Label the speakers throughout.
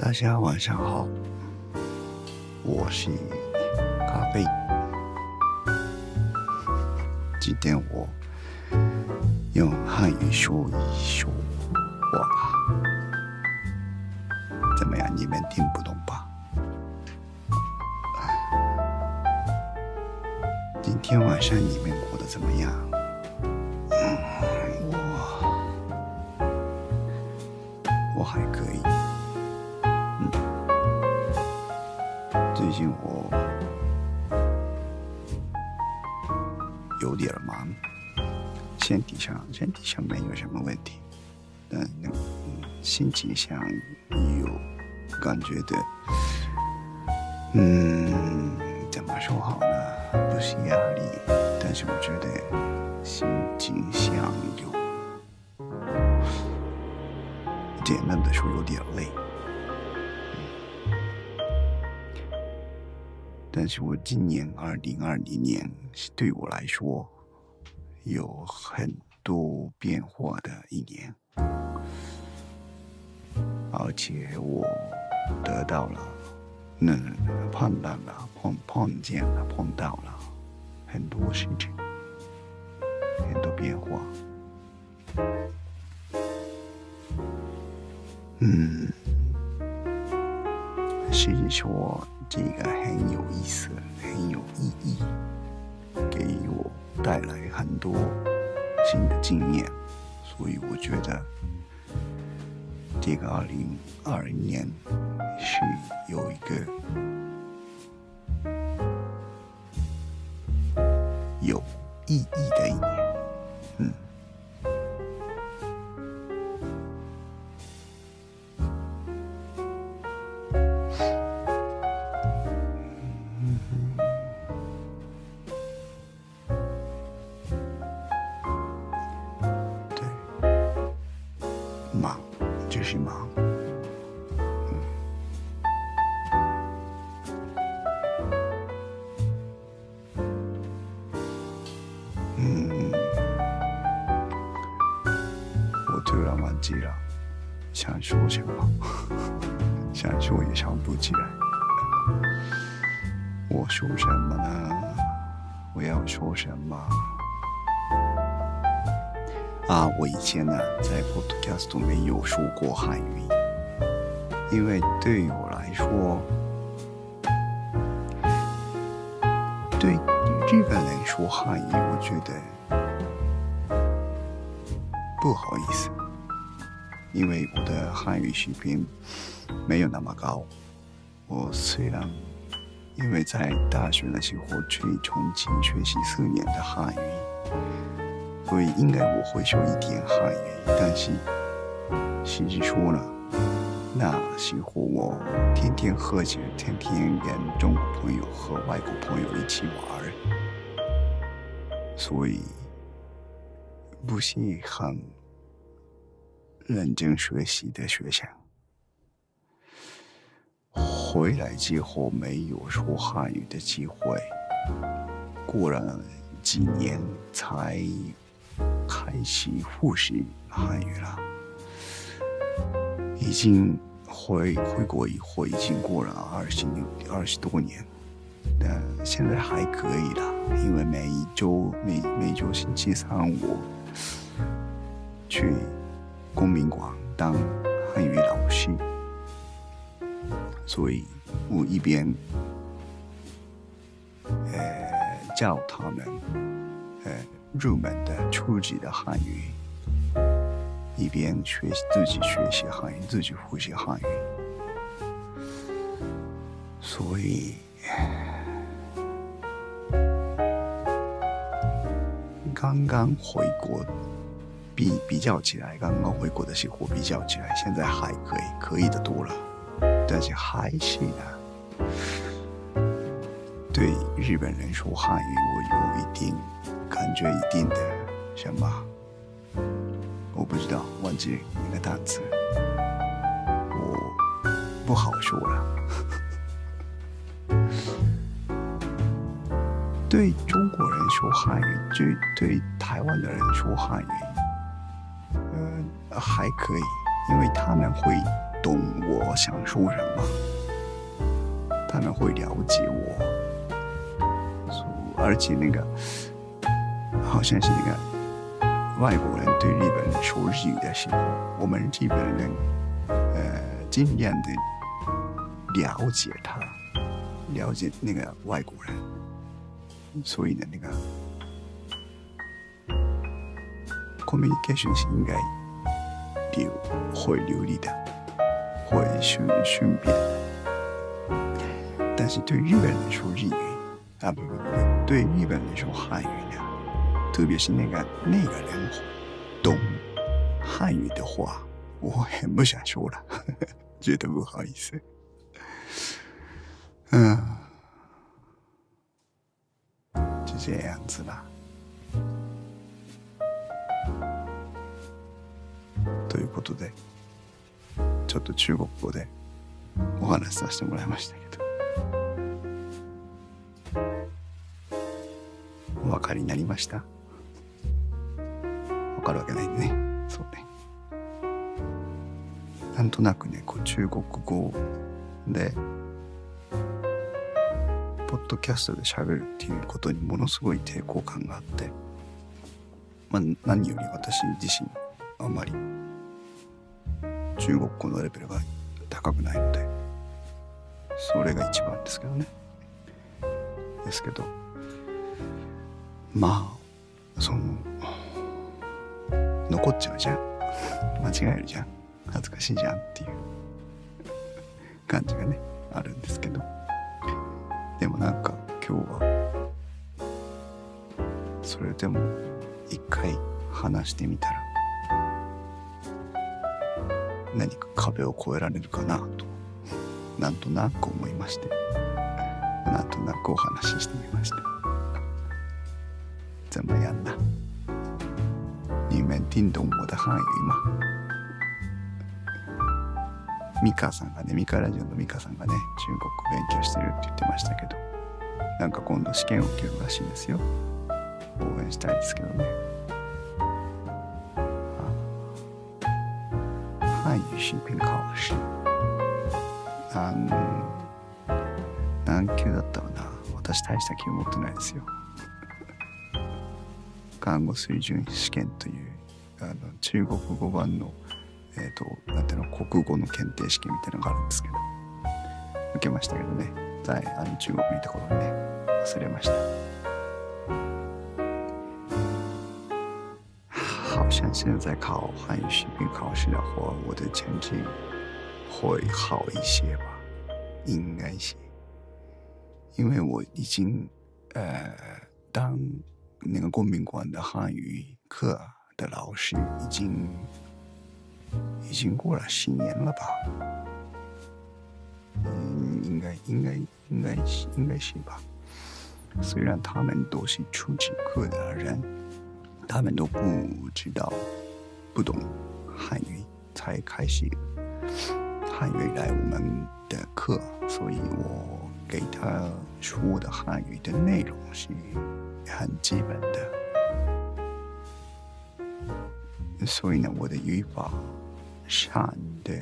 Speaker 1: 大家晚上好，我是咖啡。今天我用汉语说一说话，怎么样？你们听不懂吧？今天晚上你们过得怎么样？我还可以。最近我有点忙，身体上没有什么问题，但心情上有感觉的，怎么说好呢？不是压力，但是我觉得心情上简单的说有点累。但是我今年2020年对我来说有很多变化的一年，而且我得到了碰到了很多事情，很多变化。是说这个很有意思，很有意义，给我带来很多新的经验，所以我觉得这个2020年是有一个有意义的一年。忙就是忙，我突然忘记了想说什么，想说也想不起来。我说什么呢？我要说什么？我以前呢在 podcast 没有说过汉语，因为对我来说，对日本人说汉语，我觉得不好意思，因为我的汉语水平没有那么高。我虽然因为在大学的时候去重庆学习4年的汉语，所以应该我会说一点汉语，但是实际说呢，那时候我天天喝酒，天天跟中国朋友和外国朋友一起玩，所以不是很认真学习的学生。回来之后没有说汉语的机会，过了几年才开始复习汉语了，已经回国以后已经过了20多年，但现在还可以了，因为每周星期三我去公民馆当汉语老师，所以我一边教他们入门的初级的汉语，一边自己学习汉语，自己复习汉语。所以刚刚回国比较起来，刚刚回国的时候比较起来，现在还可以的多了，但是还是呢，对日本人说汉语我有一定感觉，一定的什么我不知道，忘记那个单词，我不好说了。对中国人说汉语，对台湾的人说汉语，还可以，因为他们会懂我想说什么，他们会了解我。而且那个好像是那个外国人对日本人说日语的时候，我们日本人尽量的了解他，了解那个外国人，所以呢，那个communication 是应该会流利的，会顺便。但是对日本人说日语啊，不，对日本人说汉语呢，特别是那个人懂汉语的话，我很不想说了，觉得不好意思。就这样子吧。ということで、ちょっと中国語でお話しさせてもらいましたけど、お分かりになりました？分かるわけないんでね。そうね。なんとなくね、こう中国語でポッドキャストで喋るっていうことにものすごい抵抗感があって、何より私自身あんまり中国語のレベルが高くないので、それが一番ですけどね。ですけど、その残っちゃうじゃん、間違えるじゃん、恥ずかしいじゃんっていう感じがねあるんですけど、でもなんか今日はそれでも一回話してみたら何か壁を越えられるかなとなんとなく思いまして、なんとなくお話ししてみました。怎么样呢？你们听懂我的汉语吗？ミカさんがね、ミカラジオのミカさんがね、中国勉強してるって言ってましたけど、なんか今度試験を受けるらしいですよ。応援したいですけどね。汉语视频考試。何級だったかな。私大した級持ってないですよ。看護水準試験という中国語版のなんていうの、国語の検定試験みたいなのがあるんですけど、受けましたけどね、中国にいた頃にね、忘れました。好像现在考汉语视频考试的话，我的成绩会好一些吧，应该是，因为我已经当那个公民馆的汉语课的老师已经过了10年了吧，应该是吧。虽然他们都是初级课的人，他们都不懂汉语，才开始汉语来我们的课，所以我给他说的汉语的内容是很基本的，所以呢，我的语法上的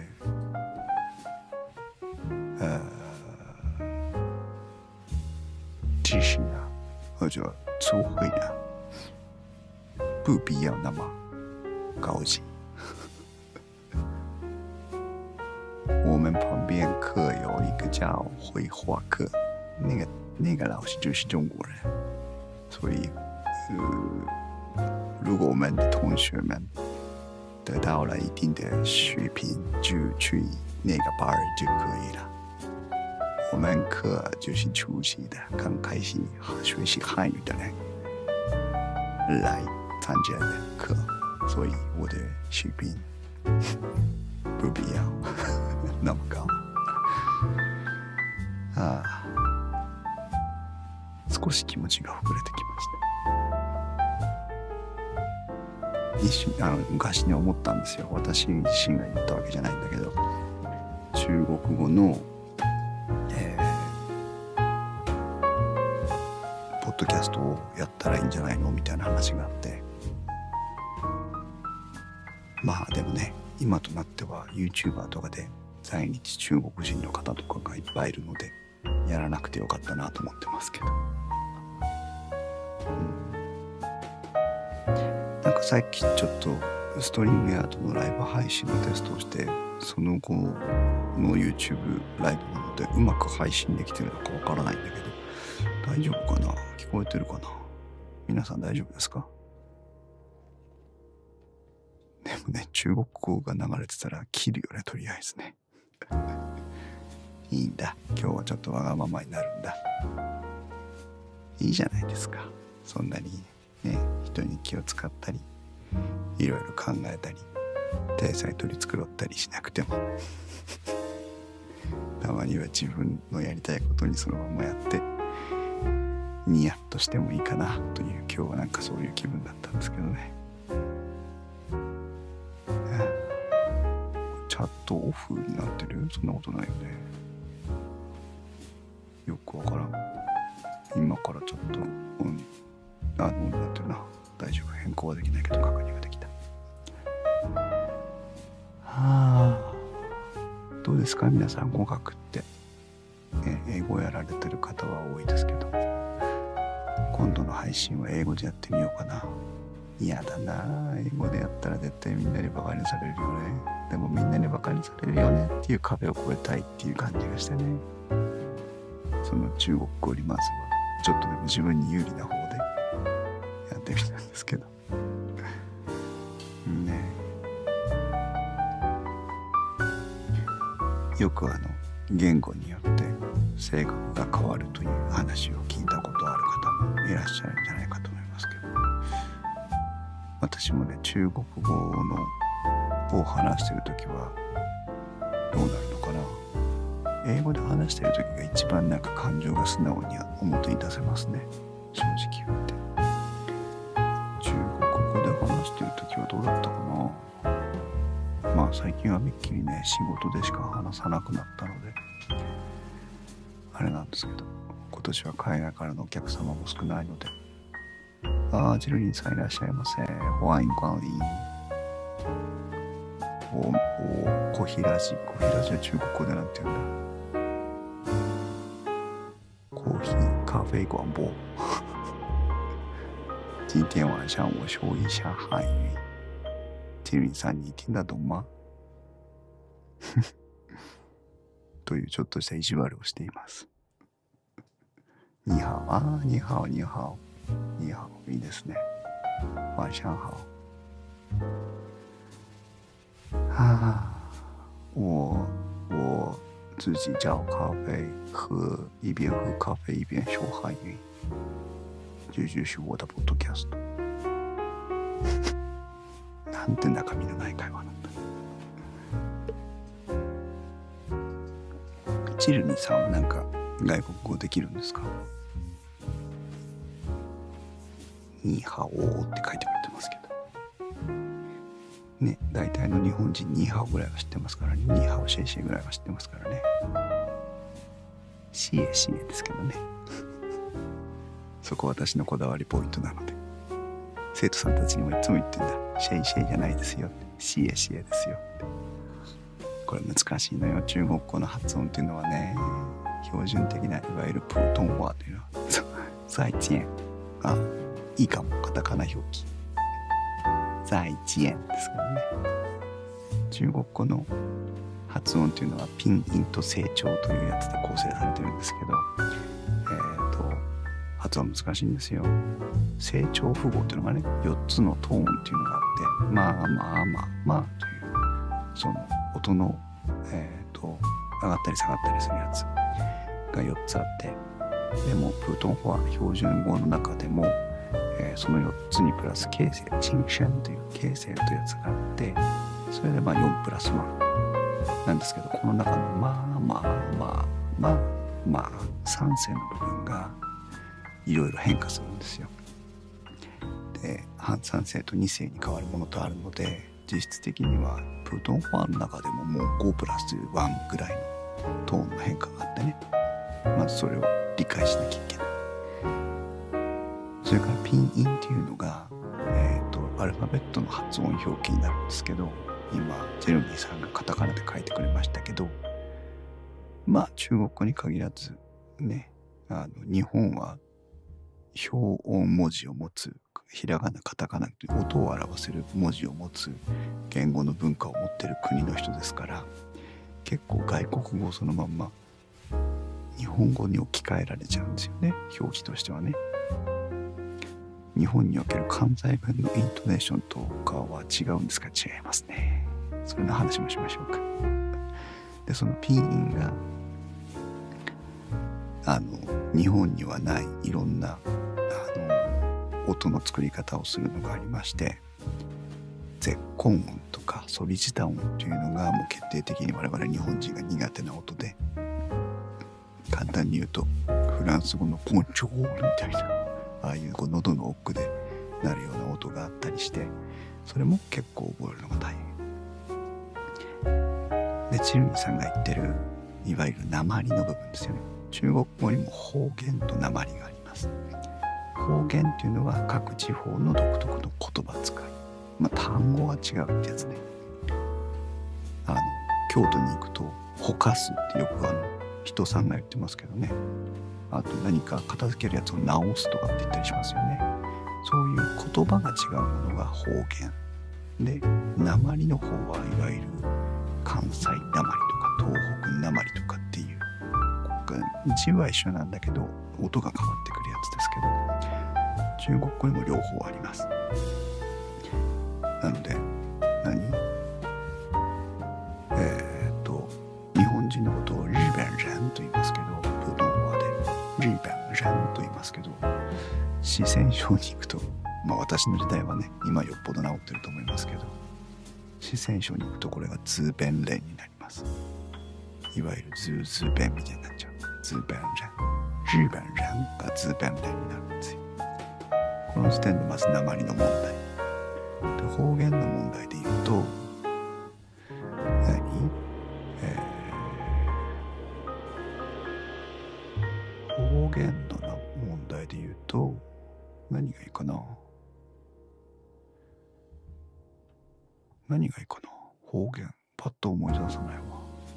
Speaker 1: 知识啊，或者词汇啊，不必要那么高级。我们旁边课有一个叫绘画课，那个老师就是中国人，所以如果我们的同学们得到了一定的水平，就去那个班就可以了。我们课就是初级的，刚开始学习汉语的人来参加的课，所以我的水平不必要那么高。少し気持ちが膨れてきました。一瞬昔に思ったんですよ。私自身が言ったわけじゃないんだけど、中国語の、ポッドキャストをやったらいいんじゃないのみたいな話があって、でもね、今となっては YouTuber とかで在日中国人の方とかがいっぱいいるので、やらなくてよかったなと思ってますけど、なんか最近ちょっとストリームヤードのライブ配信のテストをして、その後の YouTube ライブなのでうまく配信できてるのかわからないんだけど、大丈夫かな？聞こえてるかな？皆さん大丈夫ですか？でもね、中国語が流れてたら切るよね、とりあえずね。いいんだ。今日はちょっとわがままになるんだ。いいじゃないですか。そんなにね、人に気を使ったり、いろいろ考えたり、体裁取り繕ったりしなくても。たまには自分のやりたいことにそのままやって、ニヤッとしてもいいかなという、今日はなんかそういう気分だったんですけどね。チャットオフになってる？そんなことないよね。よくわからん。今からちょっとオンになってるな。大丈夫。変更はできないけど確認ができた。どうですか皆さん、語学って、英語やられてる方は多いですけど、今度の配信は英語でやってみようかな。嫌だな。英語でやったら絶対みんなにバカにされるよね。でもみんなにバカにされるよねっていう壁を越えたいっていう感じがしてね。その中国語にまずはちょっとでも自分に有利な方でやってみたんですけどね。よく言語によって性格が変わるという話を聞いたことある方もいらっしゃるんじゃないかと思いますけど、私もね、中国語を話してるときはどうなるのかな。英語で話してるときが一番なんか感情が素直に表に出せますね、正直言って。中国語で話してるときはどうだったかな。まあ最近はめっきりね、仕事でしか話さなくなったのであれなんですけど、今年は海外からのお客様も少ないので。ジルリンさんいらっしゃいませ。欢迎光臨。コヒラジは中国語でなんて言うんだ。コーヒー咖啡广播。今天晚上我说一下汉语。ジルリンさんに听得懂吗？というちょっとした意地悪をしています。にはお、にはお、にはお。你好，いいですね。晚上好。我自己找咖啡喝，一边喝咖啡一边说汉语。这就是我的ポッドキャスト。なんて中身のない会話なんだ。チルニさんはなんか外国語できるんですか？ニーハオって書いてくれてますけどね、大体の日本人ニーハオぐらいは知ってますからね。ニーハオシェイシェイぐらいは知ってますからね。シエシエですけどね。そこ私のこだわりポイントなので、生徒さんたちにもいつも言ってんだ。シェイシェイじゃないですよって、シエシエですよって。これ難しいのよ。中国語の発音っていうのはね、標準的ないわゆるプートン話というのは再见がいいかも。カタカナ表記再见ですからね。中国語の発音というのはピンインと成長というやつで構成されてるんですけど、発音難しいんですよ。成長符号というのがね、4つのトーンというのがあって、まあまあまあまあというその音の上がったり下がったりするやつが4つあって、でもプートン語は標準語の中でもその4つにプラス形成、陳シェンという形成というやつがあって、それでまあ4プラス1なんですけど、この中のまあまあまあまあまあ3声の部分がいろいろ変化するんですよ。で、半3声と2声に変わるものとあるので、実質的にはプートン語の中でももう5プラス1ぐらいのトーンの変化があってね、まずそれを理解しなきゃいけない。それからピンインっていうのが、アルファベットの発音表記になるんですけど、今ジェルミーさんがカタカナで書いてくれましたけど、 まあ中国語に限らずね、日本は表音文字を持つ、ひらがなカタカナという音を表せる文字を持つ言語の文化を持ってる国の人ですから、結構外国語そのまんま日本語に置き換えられちゃうんですよね、表記としてはね。日本における関西弁のイントネーションとかは違うんですか？違いますね。それの話もしましょうか。でそのピン音が日本にはないいろんな音の作り方をするのがありまして、絶根音とかソリジタ音というのがもう決定的に我々日本人が苦手な音で、簡単に言うとフランス語のポンチョールみたいな、ああいう喉の奥でなるような音があったりして、それも結構覚えるのが大変で、チルニさんが言ってるいわゆる訛りの部分ですよね。中国語にも方言と訛りがあります。方言っていうのは各地方の独特の言葉遣い、単語が違うってやつね。京都に行くとほかすってよく人さんが言ってますけどね。あと何か片付けるやつを直すとかって言ったりしますよね。そういう言葉が違うものが方言で、訛りの方はいわゆる関西訛りとか東北訛りとかっていう、字は一緒なんだけど音が変わってくるやつですけど、中国語にも両方あります。なので日本人のことを日本人と言いますけど、普通話で日本人と言いますけど、四川省に行くと、私の時代はね、今よっぽど治ってると思いますけど、四川省に行くとこれがズーベンレンになります。いわゆるズーベンみたいになっちゃう。ズーベン人、日本人がズーベンレンになるんですよ。この時点でまず訛りの問題で、方言の問題で言うと方言の問題で言うと何がいいかな。方言パッと思い出さないわ。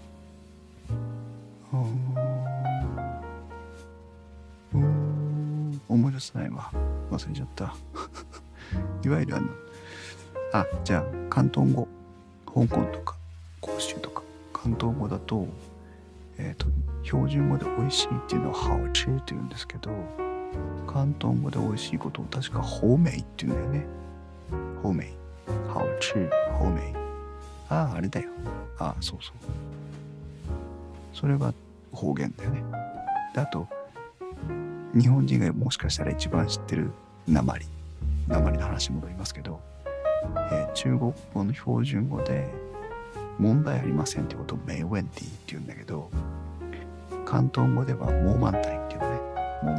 Speaker 1: 思い出せないわ。忘れちゃったいわゆるじゃあ広東語、香港とか広州とか広東語だと標準語で美味しいっていうのはハオチーって言うんですけど、広東語で美味しいことを確かホーメイって言うんだよね。ホーメイ、ハオチー、ホーメイ。あれだよ。そうそう。それが方言だよね。であと日本人がもしかしたら一番知ってる訛りの話に戻りますけど、中国語の標準語で問題ありませんってことをメイウェンティって言うんだけど、広東語ではモーマンタイっていうのね。モー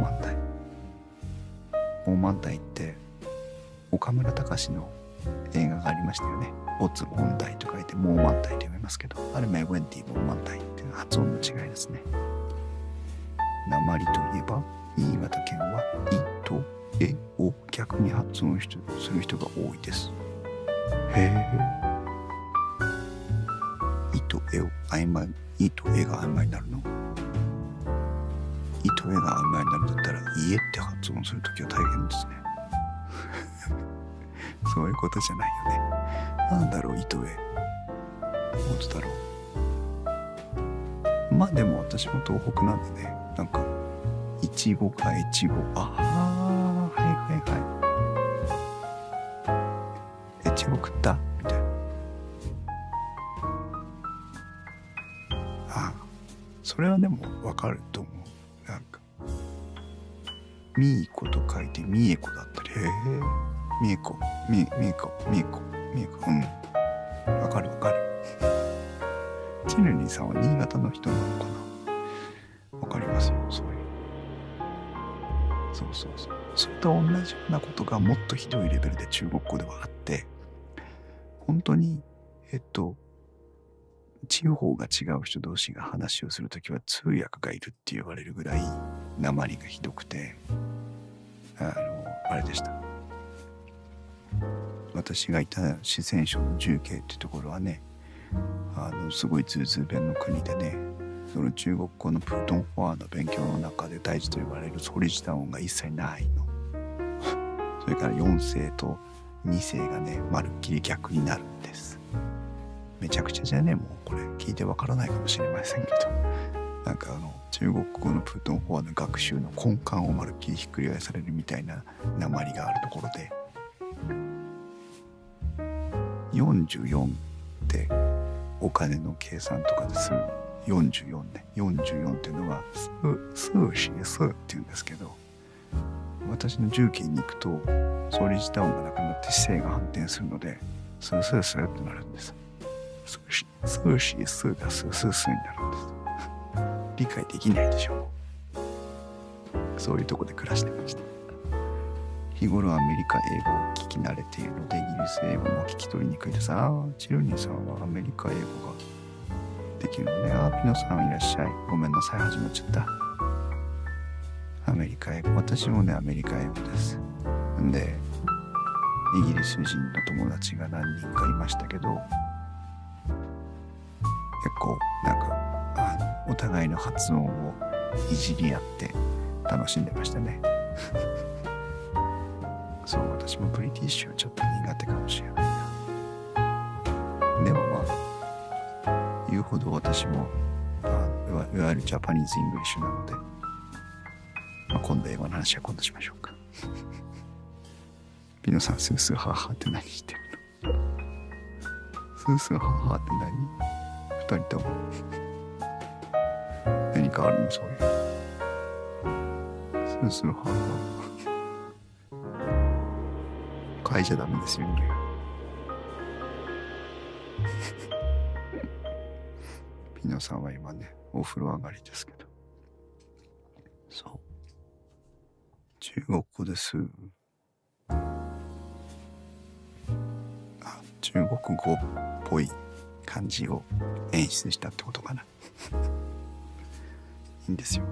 Speaker 1: マンタイって岡村隆史の映画がありましたよね。没問題と書いてモーマンタイと読みますけど、あれメイウェンティモーマンタイっていう発音の違いですね。訛りといえば新潟県は「い」と「え」を逆に発音する人が多いです。へえ。「い」と「え」を曖昧、「い」と「え」が曖昧になるの。「い」と「え」が曖昧になるんだったら「家」って発音するときは大変ですねそういうことじゃないよね。なんだろう、「い」と「え」もつだろう。でも私も東北なんでね、いちごかえちご、はいえちご食ったみたいな。それはでもわかると思う。みーこと書いてみえこだったり、みえこ、わかる。チヌリンさんは新潟の人なのかな。わかりますよ、そういう。それと同じようなことがもっとひどいレベルで中国語ではあって、本当に地方が違う人同士が話をするときは通訳がいるって言われるぐらい訛りがひどくて、あれでした。私がいた四川省の重慶っていうところはね、すごいズーズー弁の国でね、 その中国語のプートンフォアの勉強の中で大事と言われるソリジタ音が一切ないの。それから4声と2声がね、まるっきり逆になるんです。めちゃくちゃじゃね、もうこれ聞いてわからないかもしれませんけど、なんか中国語のプートンフォアの学習の根幹をまるっきりひっくり返されるみたいな訛りがあるところで、44ってお金の計算とかでする44ね、44っていうのは数詞数っていうんですけど、私の重慶に行くとソリジタ音がなくなって姿勢が反転するのでスースースーってなるんです。数詞数がスースースーになるんです。理解できないでしょう。そういうとこで暮らしてました。日頃アメリカ英語を聞き慣れているのでイギリス英語も聞き取りにくいです。チルニーさんはアメリカ英語ができるのね。ピノさんいらっしゃい。ごめんなさい、始まっちゃった。アメリカ英語、私もねアメリカ英語です。んでイギリス人の友達が何人かいましたけど、結構なんかお互いの発音をいじり合って楽しんでましたね。そう、私もブリティッシュはちょっと苦手かもしれないな。でもまあ言うほど私もいわゆるジャパニーズ・イングリッシュなので、今度英語の話は今度しましょうか。ピノさん、スースーハーハーって何してるの？スースーハーハーって何？二人とも何かあるの？そういうスースーハーハー変えちゃダメですよね。ピノさんは今ねお風呂上がりですけど、そう中国語です。中国語っぽい感じを演出したってことかな。いいんですよ。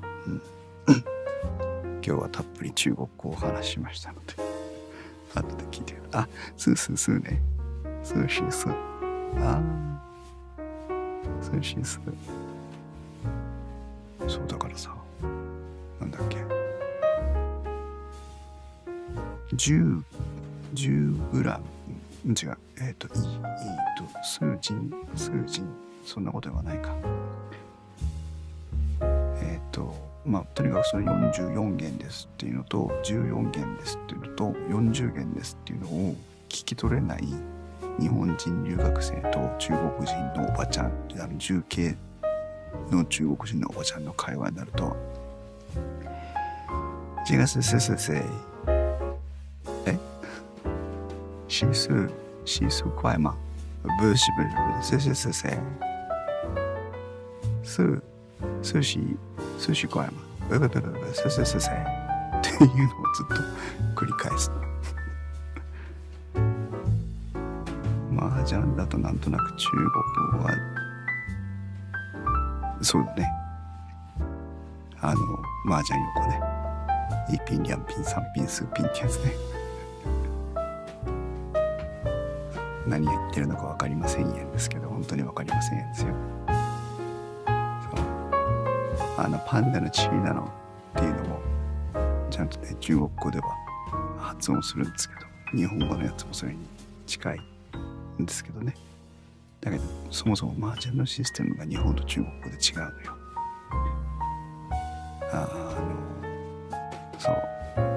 Speaker 1: 今日はたっぷり中国語をお話ししましたので、後で聞いてください。スースースーね。スーシースー。スーシースー。そうだからさ、なんだっけ。10グラム。違う。数人、そんなことではないか。とにかくそれ44元ですっていうのと、14元ですっていうのと、40元ですっていうのを聞き取れない日本人留学生と中国人のおばちゃん、重慶の中国人のおばちゃんの会話になると、这个是谁？习俗怪吗？不是，是谁？是习怪吗？不，是谁？っていうのをずっと繰り返す。麻雀だとなんとなく中国語はそうだね。麻雀用語ね。一品、两品、三品、四品ってやつね。何言ってるのか分かりませんやんですけど、本当に分かりませんやんですよ。パンダのチーなのっていうのもちゃんとね中国語では発音するんですけど、日本語のやつもそれに近いんですけどね。だけどそもそも麻雀のシステムが日本と中国語で違うのよ。そう、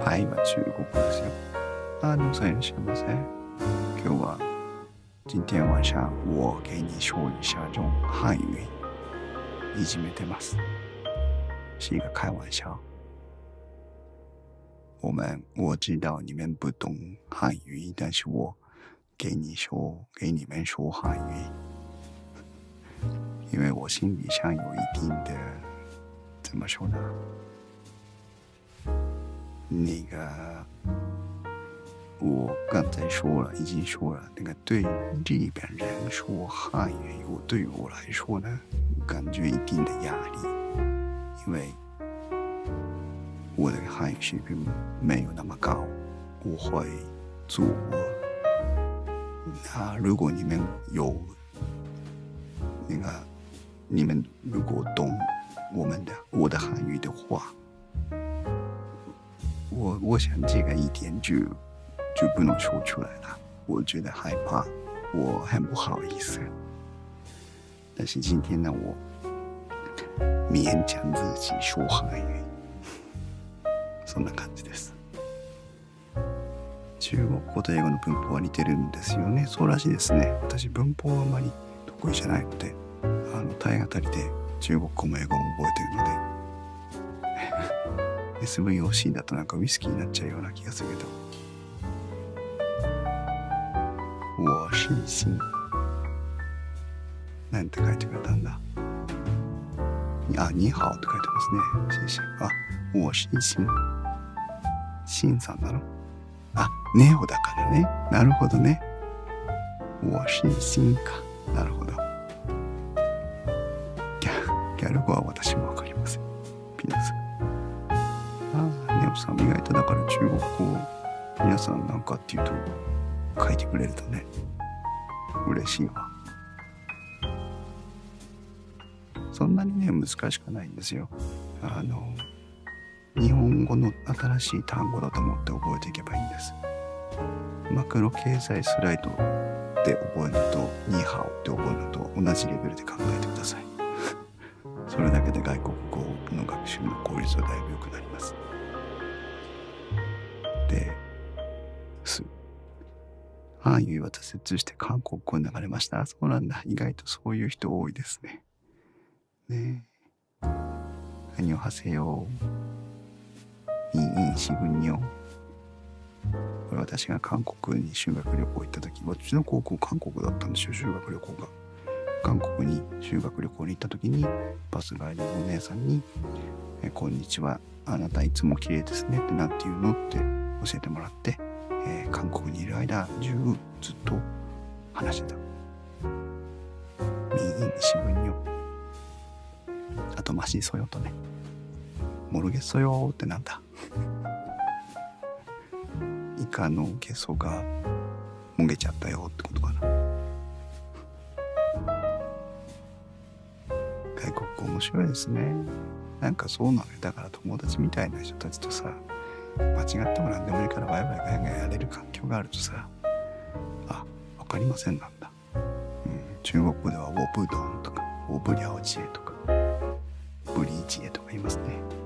Speaker 1: パイは中国語ですよ。でもさんいらっしゃいませ。今日は今天晚上我给你说一下用汉语。いじめてます。是一个开玩笑。我知道你们不懂汉语，但是我给你们说汉语，因为我心理上有一定的怎么说呢？那个我刚才已经说了，那个对日本人说汉语，对我来说呢，感觉一定的压力，因为我的汉语水平没有那么高，我会做。如果你们有那个你们如果懂我的韩语的话，我想这个一点就不能说出来了，我觉得害怕，我很不好意思。但是今天呢，我勉强自己说韩语，そんな感じです。中国語と英語の文法は似てるんですよね。そうらしいですね。私文法はあまり得意じゃないので、体当たりで中国語も英語も覚えてるのでSVOC だとなんかウイスキーになっちゃうような気がするけど、我是心なんて書いてくれたんだ。に好って書いてますね。シンシン。我是心。シンさんなの？ネオだからね。なるほどね。我是心か。なるほど。ギャル語は私もわかりません。ピノさん。ネオさん、意外とだから中国語、皆さんなんかっていうと書いてくれるとね、嬉しいわ。そんなにね、難しくないんですよ。日本語の新しい単語だと思って覚えていけばいいんです。マクロ経済スライドで覚えるのとニーハオって覚えるのと同じレベルで考えてください。それだけで外国語の学習の効率はだいぶ良くなります。韓语は挫折して韓国語に流れました。そうなんだ。意外とそういう人多いですね。ねえ。アニョハセヨ。いいしぶんよ。これ私が韓国に修学旅行行った時、私の高校韓国だったんですよ、修学旅行が。韓国に修学旅行に行った時にバス帰りのお姉さんにこんにちは、あなたいつも綺麗ですねってなんて言うのって教えてもらって、韓国にいる間中ずっと話してた。いいしぶんよ。あとマシソヨとね、モルゲソヨってなんだ。イカのゲソがもげちゃったよってことかな。外国語面白いですね。なんかそうなのよ。だから友達みたいな人たちとさ、間違ってもなんでもいいからワイワイガヤガヤやれる環境があるとさ、わかりませんなんだ。中国語ではウォブドンとかウォブリャオジエとかブリーチエとか言いますね。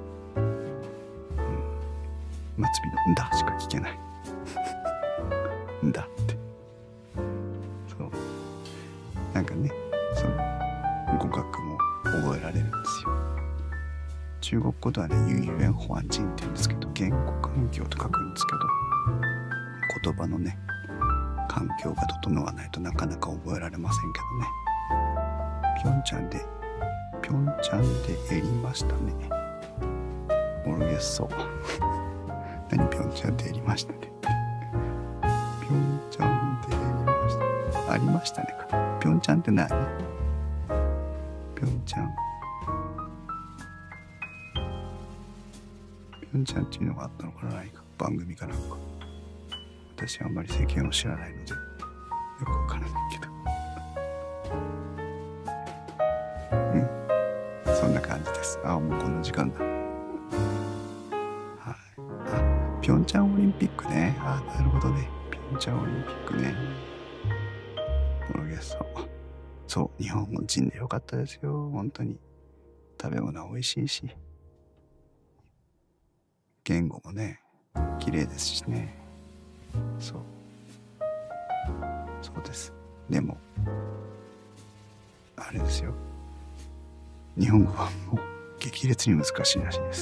Speaker 1: 末尾のんだしか聞けない。んだってそうなんかね、その語学も覚えられるんですよ。中国語ではね、語言環境って言うんですけど、言語環境と書くんですけど、言葉のね環境が整わないとなかなか覚えられませんけどね。ピョンチャンでやりましたね。モルゲッソ何ピョンチャンでやりましたね。ピョンチャンでやりました。ありましたねか。ピョンチャンって何？ピョンチャン。ピョンチャンっていうのがあったのかな、何か番組かなんか。私はあんまり世間を知らないのでよくわからないけど。そんな感じです。もうこんな時間だ。ピョンチャンオリンピックね。なるほどね。ピョンチャンオリンピックね。モルゲッソ。そう、日本人でよかったですよ。本当に。食べ物美味しいし。言語もね、綺麗ですしね。そうです。でも、あれですよ。日本語はもう激烈に難しいらしいです。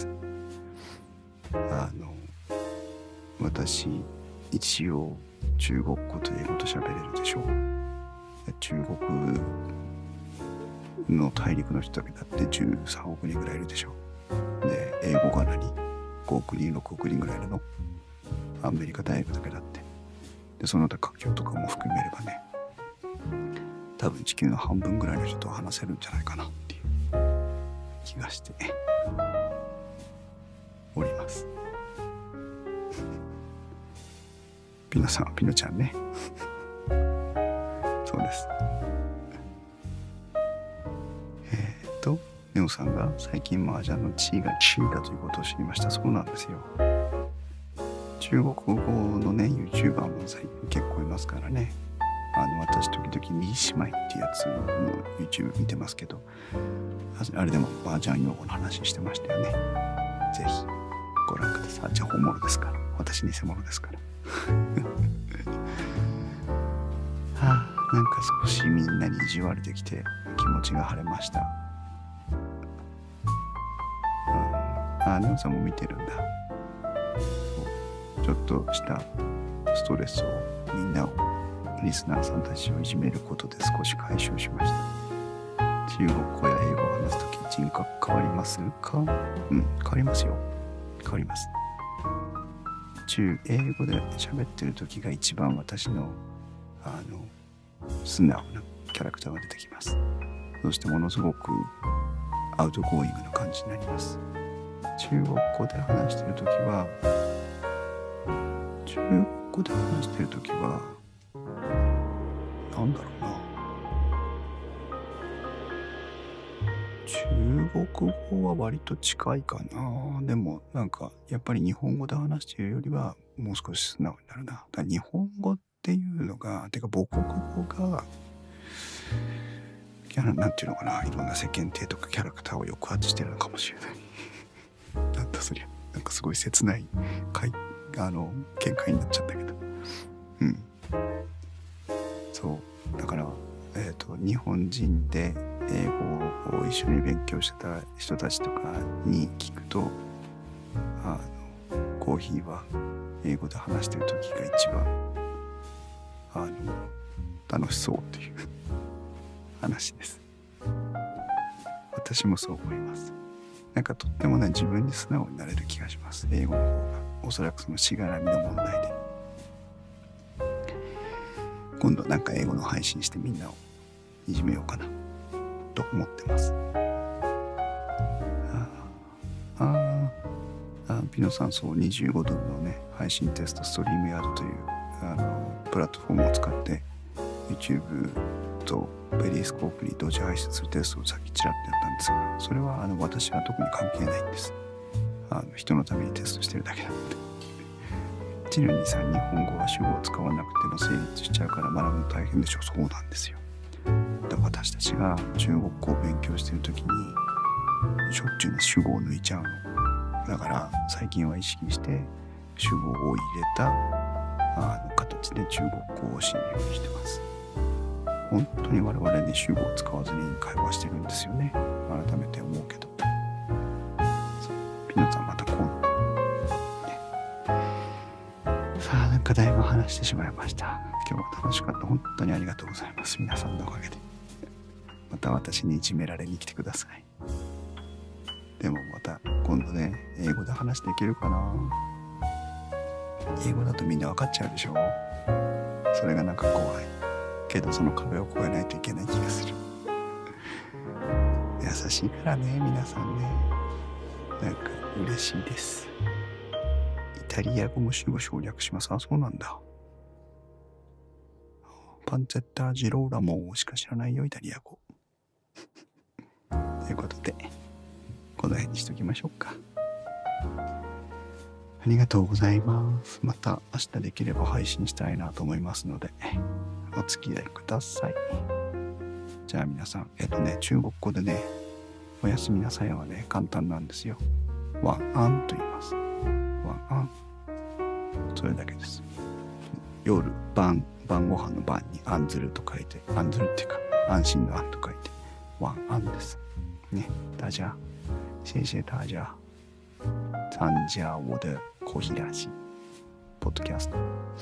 Speaker 1: 私一応中国語と英語と喋れるでしょ。中国の大陸の人だけだって13億人ぐらいいるでしょ。で英語が5億人6億人ぐらいいるの。アメリカ大陸だけだって。でその他華僑とかも含めればね、多分地球の半分ぐらいの人と話せるんじゃないかなっていう気がしております。ピノさんはピノちゃんね。そうです。 ネオさんが最近麻雀の地位が地位だということを知りました。そうなんですよ。中国語のね YouTuber も最近結構いますからね。私時々ミー姉妹っていうやつの YouTube 見てますけど、あれでも麻雀用語の話してましたよね。ぜひご覧ください。じゃあ本物ですから、私偽物ですからなんか少しみんなに意地悪できて気持ちが晴れました。ネオさんも見てるんだ。ちょっとしたストレスをみんなをリスナーさんたちをいじめることで少し解消しました。中国語や英語を話すとき人格変わりますか？変わりますよ。変わります。英語で喋ってるときが一番私の素直なキャラクターが出てきます。そしてものすごくアウトゴーイングな感じになります。中国語で話してるときはなんだろうな。中国語は割と近いかな。でもなんかやっぱり日本語で話しているよりはもう少し素直になるな。だから日本語っていうのが、てか母国語がなんていうのかな、いろんな世間体とかキャラクターを抑圧してるのかもしれない。なんだそりゃ、なんかすごい切ない見解になっちゃったけど、そうだから日本人で英語を一緒に勉強してた人たちとかに聞くと、コーヒーは英語で話してる時が一番楽しそうっていう話です。私もそう思います。なんかとってもね、自分に素直になれる気がします。英語の方がおそらくそのしがらみの問題で。今度なんか英語の配信してみんなをいじめようかなと思ってます。ピノさん、そう$25のね配信テストストリームヤードというプラットフォームを使って YouTube とペリースコープに同時配信するテストをさっきちらっとやったんですが、それは私は特に関係ないんです。人のためにテストしてるだけなので。チルニーさん、日本語は主語を使わなくても成立しちゃうから学ぶの大変でしょ。そうなんですよ。だから私たちが中国語を勉強してるときにしょっちゅうね主語を抜いちゃうの。だから最近は意識して主語を入れた形で中国語を教えるようにしてます。本当に我々ね主語を使わずに会話してるんですよね。改めて思うけど。ピノさんまた今度、さあなんかだいぶ話してしまいました。今日は楽しかった。本当にありがとうございます。皆さんのおかげで。また私にいじめられに来てください。でもまた今度ね、英語で話できるかな。英語だとみんな分かっちゃうでしょ。それがなんか怖い。けどその壁を越えないといけない気がする。優しいからね、皆さんね。なんか嬉しいです。イタリア語も主語省略します。そうなんだ。パンツェッタージローラモしか知らないよ、イタリア語。ということで、この辺にしときましょうか。ありがとうございます。また明日できれば配信したいなと思いますので、お付き合いください。じゃあ皆さん、中国語でね、おやすみなさいはね、簡単なんですよ。ワンアンと言います。ワンアン。それだけです。夜、晩ご飯の晩に案ずると書いて、案ずるっていうか、安心の安と書いて、ワンアンです。ね、大家。谢谢大家参加我的コーヒーラジポッドキャスト。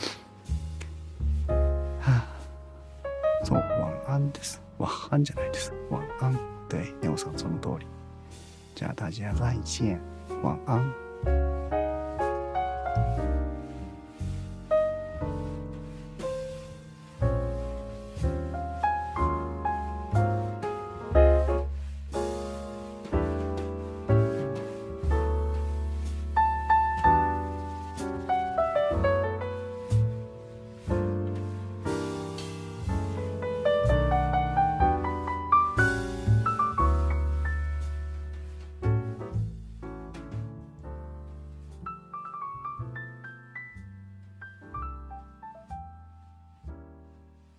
Speaker 1: そう、ワンアンです。ワンアンじゃないです。ワンアン。对、ネオさんその通り。じゃあ大家再见。ワンアン。